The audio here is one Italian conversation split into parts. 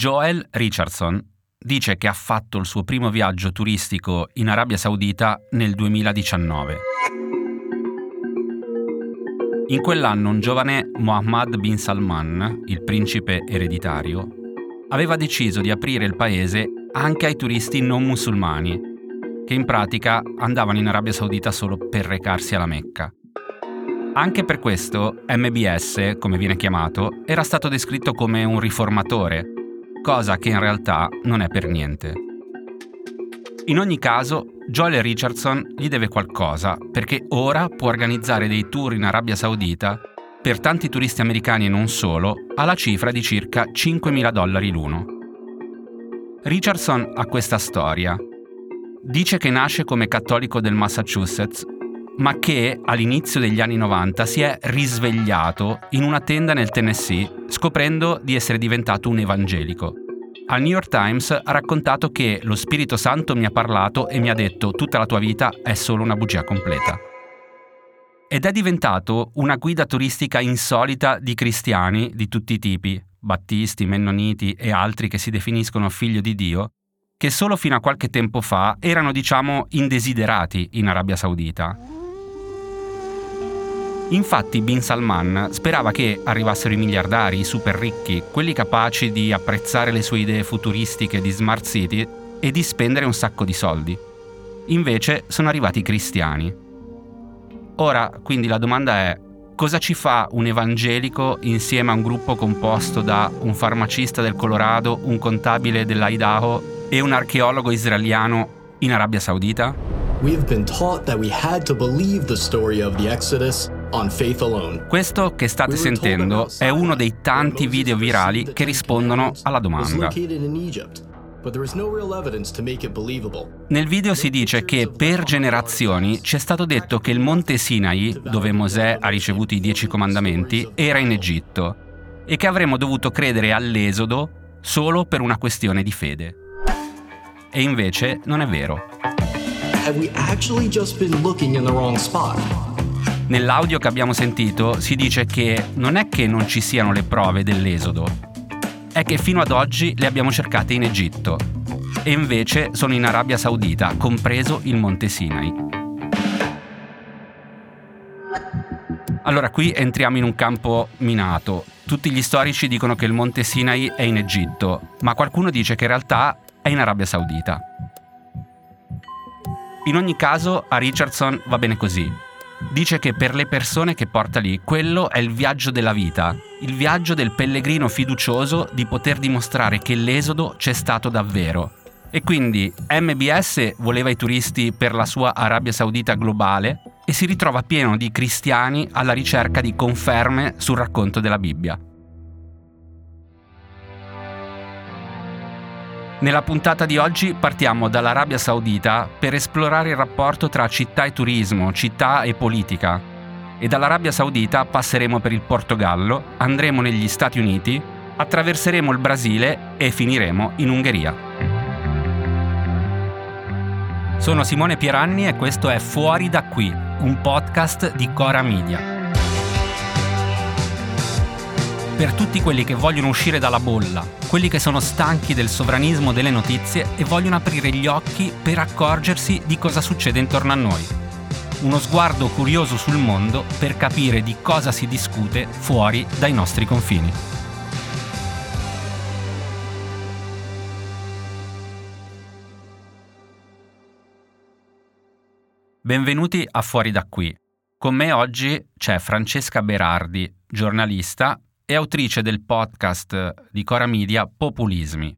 Joel Richardson dice che ha fatto il suo primo viaggio turistico in Arabia Saudita nel 2019. In quell'anno un giovane Mohammed bin Salman, il principe ereditario, aveva deciso di aprire il paese anche ai turisti non musulmani, che in pratica andavano in Arabia Saudita solo per recarsi alla Mecca. Anche per questo MBS, come viene chiamato, era stato descritto come un riformatore, cosa che in realtà non è per niente. In ogni caso, Joel Richardson gli deve qualcosa, perché ora può organizzare dei tour in Arabia Saudita per tanti turisti americani e non solo, alla cifra di circa $5.000 l'uno. Richardson ha questa storia. Dice che nasce come cattolico del Massachusetts, ma che all'inizio degli anni 90 si è risvegliato in una tenda nel Tennessee, scoprendo di essere diventato un evangelico. Al New York Times ha raccontato che lo Spirito Santo mi ha parlato e mi ha detto: tutta la tua vita è solo una bugia completa. Ed è diventato una guida turistica insolita di cristiani di tutti i tipi, battisti, mennoniti e altri che si definiscono figlio di Dio, che solo fino a qualche tempo fa erano, indesiderati in Arabia Saudita. Infatti Bin Salman sperava che arrivassero i miliardari, i super ricchi, quelli capaci di apprezzare le sue idee futuristiche di Smart City e di spendere un sacco di soldi. Invece sono arrivati i cristiani. Ora, quindi la domanda è: cosa ci fa un evangelico insieme a un gruppo composto da un farmacista del Colorado, un contabile dell'Idaho e un archeologo israeliano in Arabia Saudita? We've been taught that we had to believe the story of the Exodus on faith alone. Questo che state sentendo è uno dei tanti video virali che rispondono alla domanda. Nel video si dice che per generazioni ci è stato detto che il monte Sinai, dove Mosè ha ricevuto i 10 comandamenti, era in Egitto e che avremmo dovuto credere all'Esodo solo per una questione di fede. E invece non è vero. Have we actually just been looking in the wrong spot? Nell'audio che abbiamo sentito si dice che non è che non ci siano le prove dell'Esodo, è che fino ad oggi le abbiamo cercate in Egitto e invece sono in Arabia Saudita, compreso il monte Sinai. Allora qui entriamo in un campo minato. Tutti gli storici dicono che il monte Sinai è in Egitto, ma qualcuno dice che in realtà è in Arabia Saudita. In ogni caso a Richardson va bene così. Dice che per le persone che porta lì quello è il viaggio della vita, il viaggio del pellegrino fiducioso di poter dimostrare che l'esodo c'è stato davvero. E quindi MBS voleva i turisti per la sua Arabia Saudita globale e si ritrova pieno di cristiani alla ricerca di conferme sul racconto della Bibbia. Nella puntata di oggi partiamo dall'Arabia Saudita per esplorare il rapporto tra città e turismo, città e politica. E dall'Arabia Saudita passeremo per il Portogallo, andremo negli Stati Uniti, attraverseremo il Brasile e finiremo in Ungheria. Sono Simone Pieranni e questo è Fuori da qui, un podcast di Cora Media. Per tutti quelli che vogliono uscire dalla bolla, quelli che sono stanchi del sovranismo delle notizie e vogliono aprire gli occhi per accorgersi di cosa succede intorno a noi. Uno sguardo curioso sul mondo per capire di cosa si discute fuori dai nostri confini. Benvenuti a Fuori da qui. Con me oggi c'è Francesca Berardi, giornalista e autrice del podcast di Cora Media Populismi.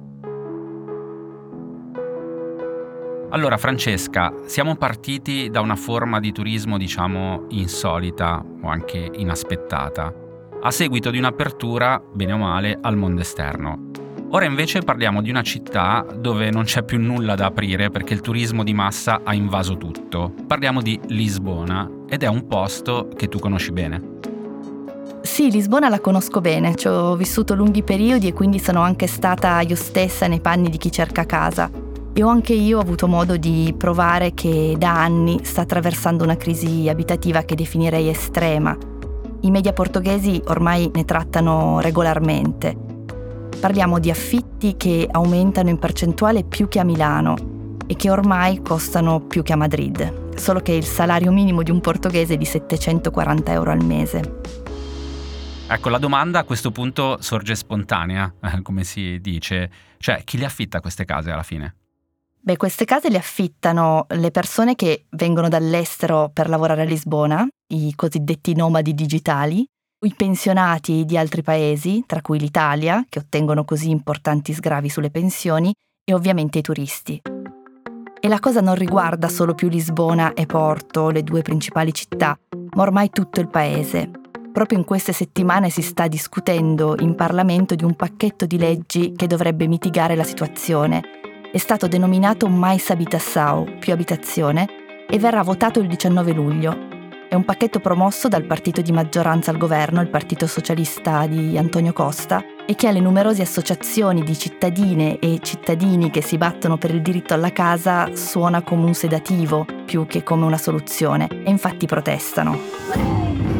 Allora Francesca, siamo partiti da una forma di turismo insolita o anche inaspettata, a seguito di un'apertura, bene o male, al mondo esterno. Ora invece parliamo di una città dove non c'è più nulla da aprire perché il turismo di massa ha invaso tutto. Parliamo di Lisbona ed è un posto che tu conosci bene. Sì, Lisbona la conosco bene, ci ho vissuto lunghi periodi e quindi sono anche stata io stessa nei panni di chi cerca casa. E ho anche io avuto modo di provare che da anni sta attraversando una crisi abitativa che definirei estrema. I media portoghesi ormai ne trattano regolarmente. Parliamo di affitti che aumentano in percentuale più che a Milano e che ormai costano più che a Madrid, solo che il salario minimo di un portoghese è di 740 euro al mese. Ecco, la domanda a questo punto sorge spontanea, come si dice. Cioè, chi le affitta queste case alla fine? Beh, queste case le affittano le persone che vengono dall'estero per lavorare a Lisbona, i cosiddetti nomadi digitali, i pensionati di altri paesi, tra cui l'Italia, che ottengono così importanti sgravi sulle pensioni, e ovviamente i turisti. E la cosa non riguarda solo più Lisbona e Porto, le due principali città, ma ormai tutto il paese. Proprio in queste settimane si sta discutendo in Parlamento di un pacchetto di leggi che dovrebbe mitigare la situazione. È stato denominato Mais Habitação, più abitazione, e verrà votato il 19 luglio. È un pacchetto promosso dal partito di maggioranza al governo, il Partito Socialista di Antonio Costa, e che alle numerose associazioni di cittadine e cittadini che si battono per il diritto alla casa suona come un sedativo più che come una soluzione, e infatti protestano.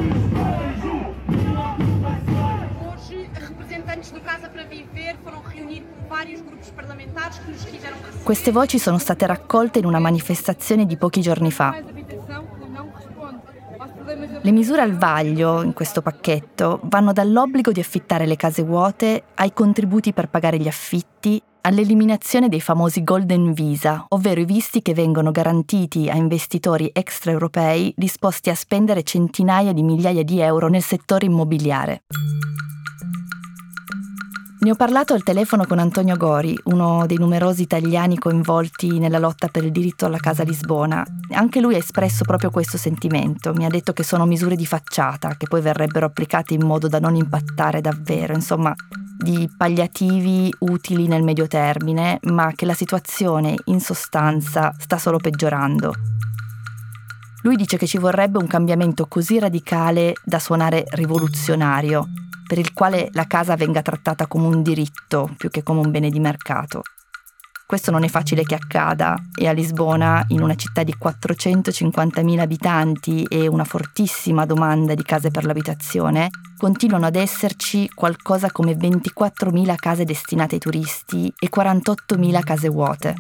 Queste voci sono state raccolte in una manifestazione di pochi giorni fa. Le misure al vaglio in questo pacchetto vanno dall'obbligo di affittare le case vuote ai contributi per pagare gli affitti, all'eliminazione dei famosi Golden Visa, ovvero i visti che vengono garantiti a investitori extraeuropei disposti a spendere centinaia di migliaia di euro nel settore immobiliare. Ne ho parlato al telefono con Antonio Gori, uno dei numerosi italiani coinvolti nella lotta per il diritto alla casa a Lisbona. Anche lui ha espresso proprio questo sentimento. Mi ha detto che sono misure di facciata, che poi verrebbero applicate in modo da non impattare davvero, insomma, di palliativi utili nel medio termine, ma che la situazione, in sostanza, sta solo peggiorando. Lui dice che ci vorrebbe un cambiamento così radicale da suonare rivoluzionario, per il quale la casa venga trattata come un diritto più che come un bene di mercato. Questo non è facile che accada, e a Lisbona, in una città di 450.000 abitanti e una fortissima domanda di case per l'abitazione, continuano ad esserci qualcosa come 24.000 case destinate ai turisti e 48.000 case vuote.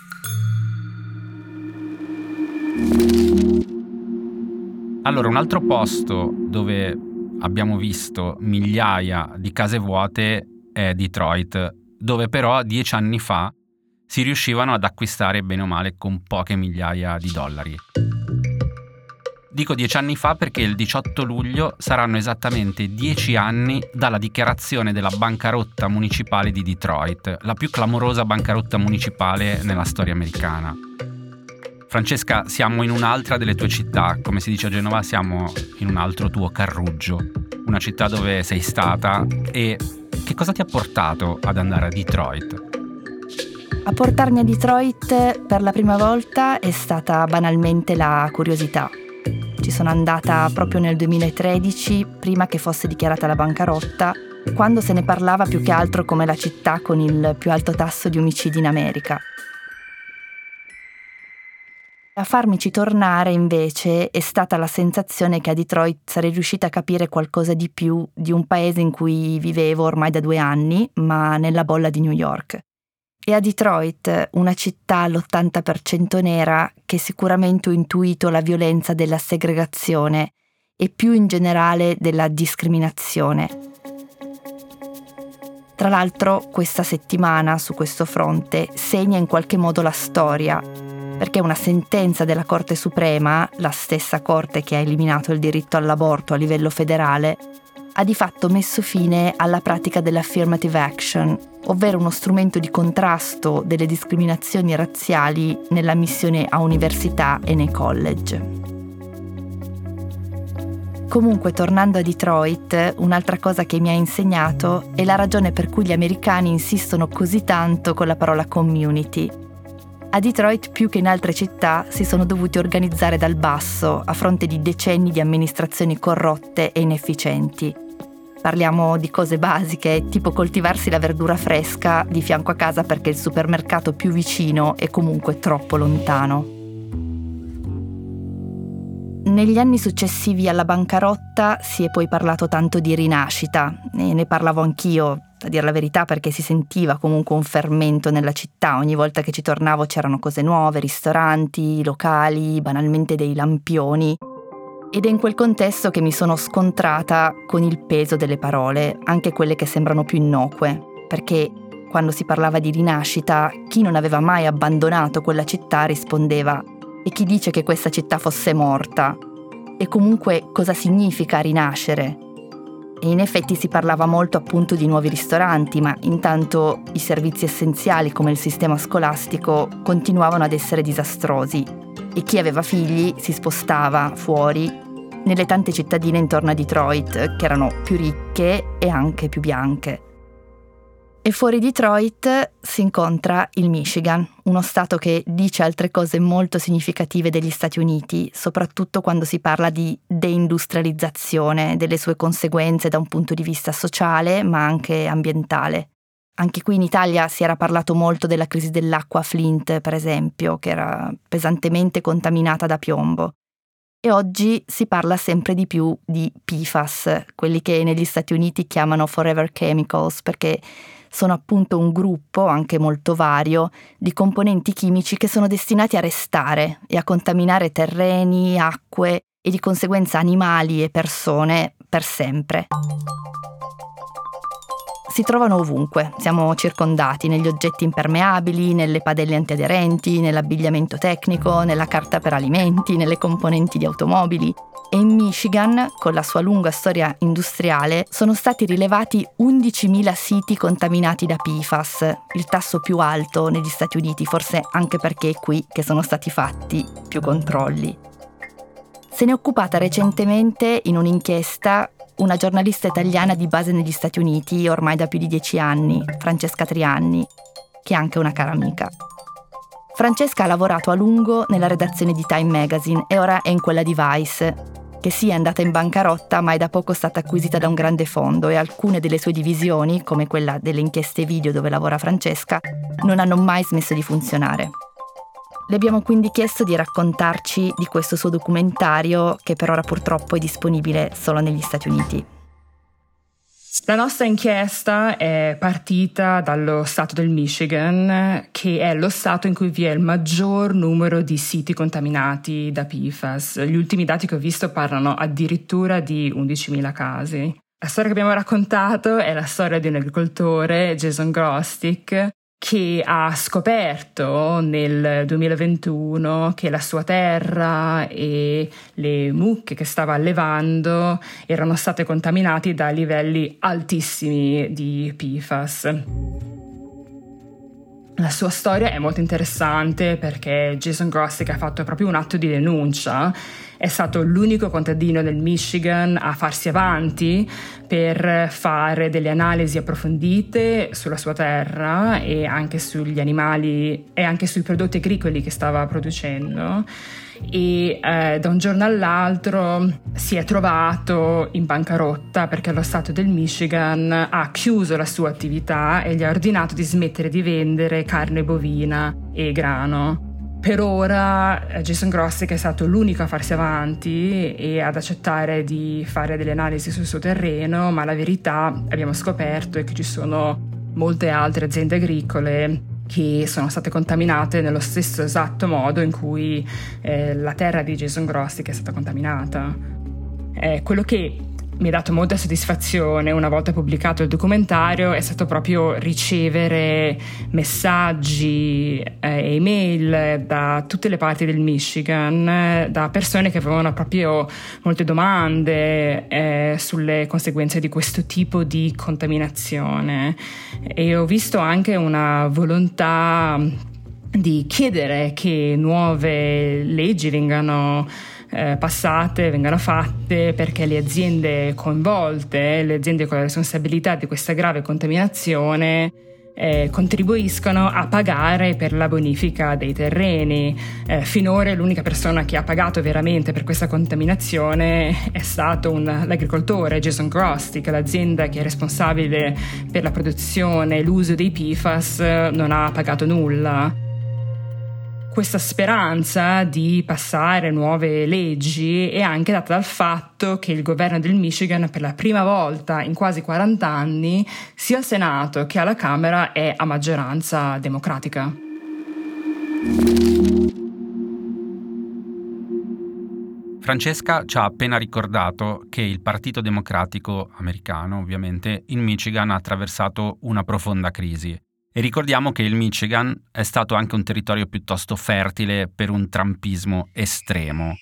Allora, un altro posto dove abbiamo visto migliaia di case vuote è Detroit, dove però 10 anni fa si riuscivano ad acquistare bene o male con poche migliaia di dollari. Dico 10 anni fa perché il 18 luglio saranno esattamente 10 anni dalla dichiarazione della bancarotta municipale di Detroit, la più clamorosa bancarotta municipale nella storia americana. Francesca, siamo in un'altra delle tue città, come si dice a Genova, siamo in un altro tuo carruggio, una città dove sei stata, e che cosa ti ha portato ad andare a Detroit? A portarmi a Detroit per la prima volta è stata banalmente la curiosità. Ci sono andata proprio nel 2013, prima che fosse dichiarata la bancarotta, quando se ne parlava più che altro come la città con il più alto tasso di omicidi in America. A farmici tornare, invece, è stata la sensazione che a Detroit sarei riuscita a capire qualcosa di più di un paese in cui vivevo ormai da 2 anni, ma nella bolla di New York. E a Detroit, una città all'80% nera, che sicuramente ho intuito la violenza della segregazione e più in generale della discriminazione. Tra l'altro, questa settimana su questo fronte segna in qualche modo la storia, perché una sentenza della Corte Suprema, la stessa Corte che ha eliminato il diritto all'aborto a livello federale, ha di fatto messo fine alla pratica dell'affirmative action, ovvero uno strumento di contrasto delle discriminazioni razziali nell'ammissione a università e nei college. Comunque, tornando a Detroit, un'altra cosa che mi ha insegnato è la ragione per cui gli americani insistono così tanto con la parola community. A Detroit, più che in altre città, si sono dovuti organizzare dal basso a fronte di decenni di amministrazioni corrotte e inefficienti. Parliamo di cose basiche, tipo coltivarsi la verdura fresca di fianco a casa perché il supermercato più vicino è comunque troppo lontano. Negli anni successivi alla bancarotta si è poi parlato tanto di rinascita, e ne parlavo anch'io, a dir la verità, perché si sentiva comunque un fermento nella città. Ogni volta che ci tornavo c'erano cose nuove, ristoranti, locali, banalmente dei lampioni. Ed è in quel contesto che mi sono scontrata con il peso delle parole, anche quelle che sembrano più innocue, perché quando si parlava di rinascita, chi non aveva mai abbandonato quella città rispondeva: e chi dice che questa città fosse morta? E comunque cosa significa rinascere? E in effetti si parlava molto appunto di nuovi ristoranti, ma intanto i servizi essenziali come il sistema scolastico continuavano ad essere disastrosi e chi aveva figli si spostava fuori nelle tante cittadine intorno a Detroit, che erano più ricche e anche più bianche. E fuori Detroit si incontra il Michigan, uno stato che dice altre cose molto significative degli Stati Uniti, soprattutto quando si parla di deindustrializzazione, delle sue conseguenze da un punto di vista sociale ma anche ambientale. Anche qui in Italia si era parlato molto della crisi dell'acqua a Flint, per esempio, che era pesantemente contaminata da piombo. E oggi si parla sempre di più di PFAS, quelli che negli Stati Uniti chiamano Forever Chemicals, perché sono appunto un gruppo, anche molto vario, di componenti chimici che sono destinati a restare e a contaminare terreni, acque e di conseguenza animali e persone per sempre. Si trovano ovunque, siamo circondati negli oggetti impermeabili, nelle padelle antiaderenti, nell'abbigliamento tecnico, nella carta per alimenti, nelle componenti di automobili. E in Michigan, con la sua lunga storia industriale, sono stati rilevati 11.000 siti contaminati da PFAS, il tasso più alto negli Stati Uniti, forse anche perché è qui che sono stati fatti più controlli. Se ne è occupata recentemente in un'inchiesta una giornalista italiana di base negli Stati Uniti ormai da più di 10 anni, Francesca Trianni, che è anche una cara amica. Francesca ha lavorato a lungo nella redazione di Time Magazine e ora è in quella di Vice, che sì è andata in bancarotta ma è da poco stata acquisita da un grande fondo e alcune delle sue divisioni, come quella delle inchieste video dove lavora Francesca, non hanno mai smesso di funzionare. Le abbiamo quindi chiesto di raccontarci di questo suo documentario che per ora purtroppo è disponibile solo negli Stati Uniti. La nostra inchiesta è partita dallo stato del Michigan, che è lo stato in cui vi è il maggior numero di siti contaminati da PFAS. Gli ultimi dati che ho visto parlano addirittura di 11.000 casi. La storia che abbiamo raccontato è la storia di un agricoltore, Jason Grostick, che ha scoperto nel 2021 che la sua terra e le mucche che stava allevando erano state contaminati da livelli altissimi di PFAS. La sua storia è molto interessante perché Jason Grostick ha fatto proprio un atto di denuncia. È stato l'unico contadino del Michigan a farsi avanti per fare delle analisi approfondite sulla sua terra e anche sugli animali e anche sui prodotti agricoli che stava producendo. E da un giorno all'altro si è trovato in bancarotta perché lo stato del Michigan ha chiuso la sua attività e gli ha ordinato di smettere di vendere carne bovina e grano. Per ora Jason Grostick è stato l'unico a farsi avanti e ad accettare di fare delle analisi sul suo terreno, ma la verità, abbiamo scoperto, è che ci sono molte altre aziende agricole che sono state contaminate nello stesso esatto modo in cui la terra di Jason Grostick è stata contaminata. Quello che mi ha dato molta soddisfazione una volta pubblicato il documentario è stato proprio ricevere messaggi e email da tutte le parti del Michigan, da persone che avevano proprio molte domande sulle conseguenze di questo tipo di contaminazione, e ho visto anche una volontà di chiedere che nuove leggi vengano passate, vengano fatte perché le aziende coinvolte, le aziende con la responsabilità di questa grave contaminazione contribuiscono a pagare per la bonifica dei terreni. Finora l'unica persona che ha pagato veramente per questa contaminazione è stato l'agricoltore Jason Grostick. L'azienda che è responsabile per la produzione e l'uso dei PFAS non ha pagato nulla. Questa speranza di passare nuove leggi è anche data dal fatto che il governo del Michigan per la prima volta in quasi 40 anni, sia al Senato che alla Camera, è a maggioranza democratica. Francesca ci ha appena ricordato che il Partito Democratico americano, ovviamente, in Michigan ha attraversato una profonda crisi. E ricordiamo che il Michigan è stato anche un territorio piuttosto fertile per un trumpismo estremo.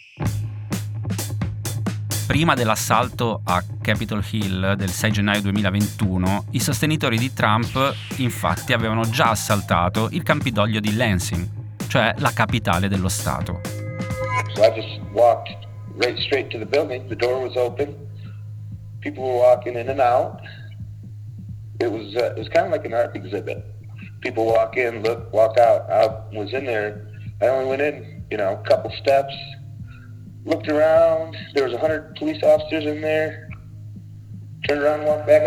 Prima dell'assalto a Capitol Hill del 6 gennaio 2021, i sostenitori di Trump infatti avevano già assaltato il Campidoglio di Lansing, cioè la capitale dello stato. So I just walked right straight to the building. The door was open. People were walking in and out. It was kind of like an art exhibit. People walk in, look, walk out. I was in there. I only went in, a couple steps, looked around. There was 100 police officers in there. Turned around and walked back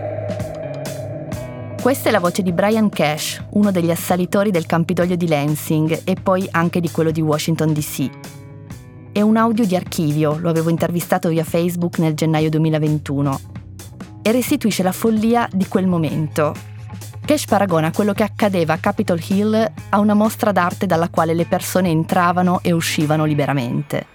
out. Questa è la voce di Brian Cash, uno degli assalitori del Campidoglio di Lansing e poi anche di quello di Washington DC. È un audio di archivio, lo avevo intervistato via Facebook nel gennaio 2021, e restituisce la follia di quel momento. Cash paragona quello che accadeva a Capitol Hill a una mostra d'arte dalla quale le persone entravano e uscivano liberamente.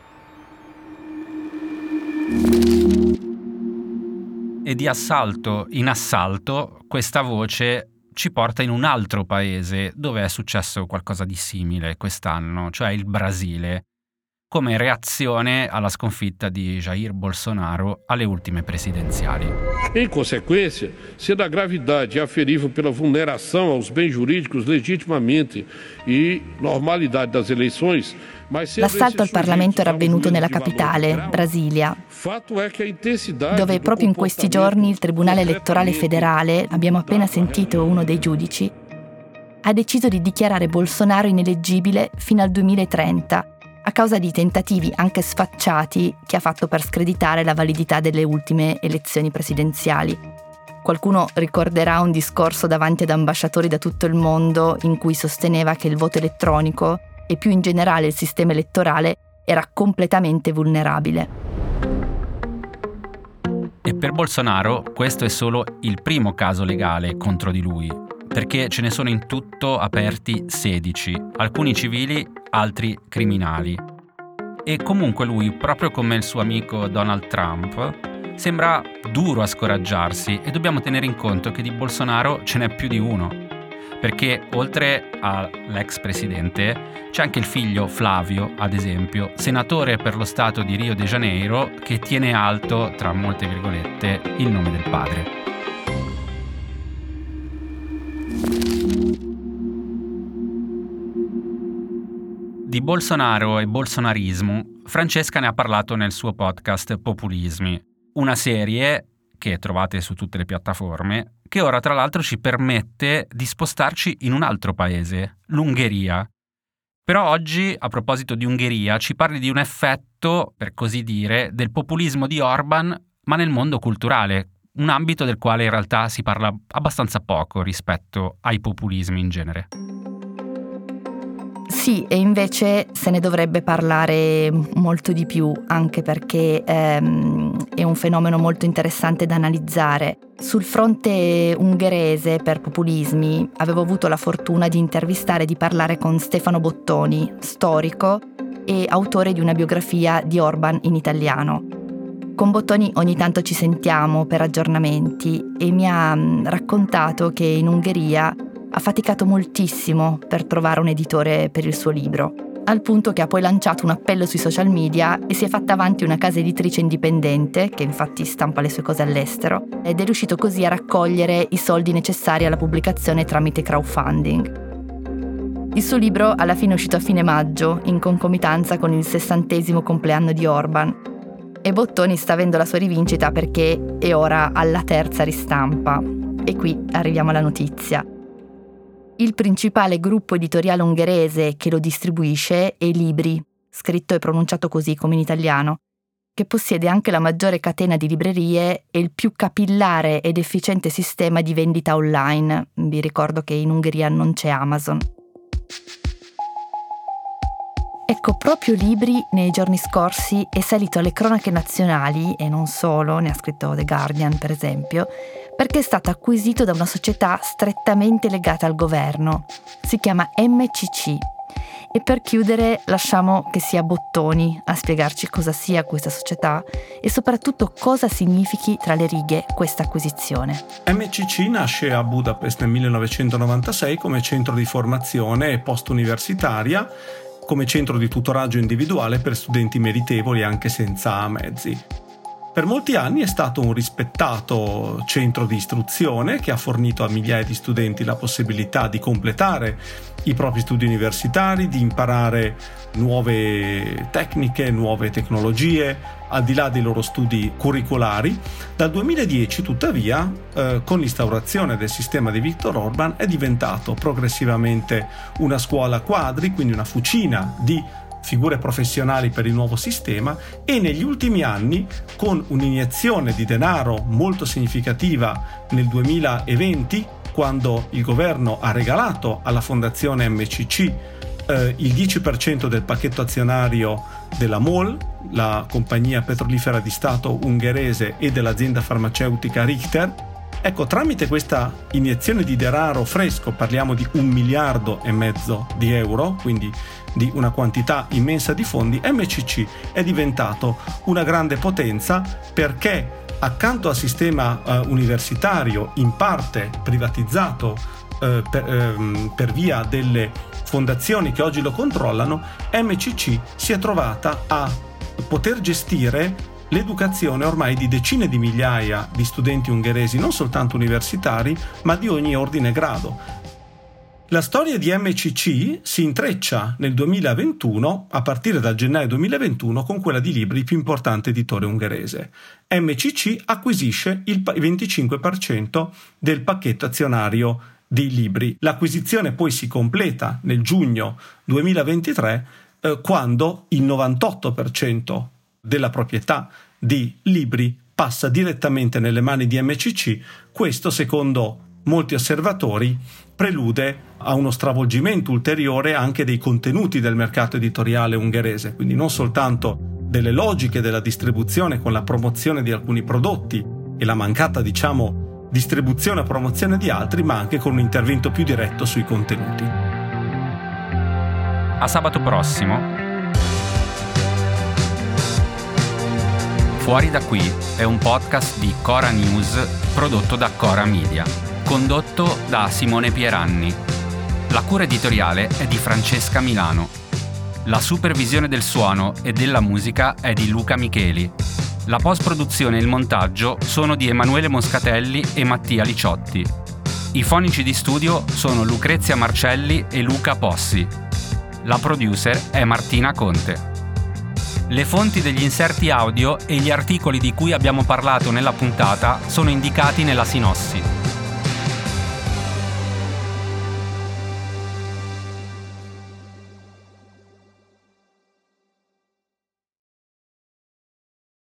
E di assalto in assalto, questa voce ci porta in un altro paese dove è successo qualcosa di simile quest'anno, cioè il Brasile, come reazione alla sconfitta di Jair Bolsonaro alle ultime presidenziali. Em consequência, sendo a gravidade aferível pela vulneração aos bens jurídicos legitimamente e normalidade das eleições, l'assalto al Parlamento era avvenuto nella capitale, Brasilia, dove proprio in questi giorni il Tribunale Elettorale Federale, abbiamo appena sentito uno dei giudici, ha deciso di dichiarare Bolsonaro ineleggibile fino al 2030, a causa di tentativi anche sfacciati che ha fatto per screditare la validità delle ultime elezioni presidenziali. Qualcuno ricorderà un discorso davanti ad ambasciatori da tutto il mondo in cui sosteneva che il voto elettronico e più in generale il sistema elettorale era completamente vulnerabile. E per Bolsonaro questo è solo il primo caso legale contro di lui, perché ce ne sono in tutto aperti 16, alcuni civili, altri criminali. E comunque lui, proprio come il suo amico Donald Trump, sembra duro a scoraggiarsi e dobbiamo tenere in conto che di Bolsonaro ce n'è più di uno, perché oltre all'ex presidente c'è anche il figlio Flavio, ad esempio, senatore per lo stato di Rio de Janeiro, che tiene alto, tra molte virgolette, il nome del padre. Di Bolsonaro e bolsonarismo, Francesca ne ha parlato nel suo podcast Populismi, una serie che trovate su tutte le piattaforme, che ora tra l'altro ci permette di spostarci in un altro paese, l'Ungheria. Però oggi, a proposito di Ungheria, ci parli di un effetto, per così dire, del populismo di Orban, ma nel mondo culturale, un ambito del quale in realtà si parla abbastanza poco rispetto ai populismi in genere. Sì, e invece se ne dovrebbe parlare molto di più, anche perché è un fenomeno molto interessante da analizzare. Sul fronte ungherese per populismi avevo avuto la fortuna di intervistare e di parlare con Stefano Bottoni, storico e autore di una biografia di Orban in italiano. Con Bottoni ogni tanto ci sentiamo per aggiornamenti e mi ha raccontato che in Ungheria ha faticato moltissimo per trovare un editore per il suo libro, al punto che ha poi lanciato un appello sui social media e si è fatta avanti una casa editrice indipendente, che infatti stampa le sue cose all'estero, ed è riuscito così a raccogliere i soldi necessari alla pubblicazione tramite crowdfunding. Il suo libro alla fine è uscito a fine maggio, in concomitanza con il 60° compleanno di Orban, e Bottoni sta avendo la sua rivincita perché è ora alla terza ristampa. E qui arriviamo alla notizia. Il principale gruppo editoriale ungherese che lo distribuisce è Libri, scritto e pronunciato così come in italiano, che possiede anche la maggiore catena di librerie e il più capillare ed efficiente sistema di vendita online. Vi ricordo che in Ungheria non c'è Amazon. Ecco, proprio Libri nei giorni scorsi è salito alle cronache nazionali, e non solo, ne ha scritto The Guardian per esempio, perché è stato acquisito da una società strettamente legata al governo. Si chiama MCC. E per chiudere lasciamo che sia Bottoni a spiegarci cosa sia questa società e soprattutto cosa significhi tra le righe questa acquisizione. MCC nasce a Budapest nel 1996 come centro di formazione post-universitaria, come centro di tutoraggio individuale per studenti meritevoli anche senza mezzi. Per molti anni è stato un rispettato centro di istruzione che ha fornito a migliaia di studenti la possibilità di completare i propri studi universitari, di imparare nuove tecniche, nuove tecnologie, al di là dei loro studi curricolari. Dal 2010, tuttavia, con l'instaurazione del sistema di Viktor Orbán, è diventato progressivamente una scuola quadri, quindi una fucina di figure professionali per il nuovo sistema, e negli ultimi anni, con un'iniezione di denaro molto significativa nel 2020, quando il governo ha regalato alla fondazione MCC il 10% del pacchetto azionario della MOL, la compagnia petrolifera di Stato ungherese, e dell'azienda farmaceutica Richter. Ecco, tramite questa iniezione di denaro fresco, parliamo di 1,5 miliardi di euro, quindi di una quantità immensa di fondi, MCC è diventato una grande potenza, perché accanto al sistema universitario in parte privatizzato per via delle fondazioni che oggi lo controllano, MCC si è trovata a poter gestire l'educazione ormai di decine di migliaia di studenti ungheresi, non soltanto universitari, ma di ogni ordine e grado. La storia di MCC si intreccia nel 2021, a partire dal gennaio 2021, con quella di Libri, più importante editore ungherese. MCC acquisisce il 25% del pacchetto azionario di Libri. L'acquisizione poi si completa nel giugno 2023, quando il 98% della proprietà di Libri passa direttamente nelle mani di MCC. Questo, secondo molti osservatori, prelude a uno stravolgimento ulteriore anche dei contenuti del mercato editoriale ungherese, quindi non soltanto delle logiche della distribuzione con la promozione di alcuni prodotti e la mancata, distribuzione o promozione di altri, ma anche con un intervento più diretto sui contenuti. A sabato prossimo. Fuori da qui è un podcast di Cora News prodotto da Cora Media, condotto da Simone Pieranni. La cura editoriale è di Francesca Milano. La supervisione del suono e della musica è di Luca Micheli. La post-produzione e il montaggio sono di Emanuele Moscatelli e Mattia Liciotti. I fonici di studio sono Lucrezia Marcelli e Luca Possi. La producer è Martina Conte. Le fonti degli inserti audio e gli articoli di cui abbiamo parlato nella puntata sono indicati nella sinossi.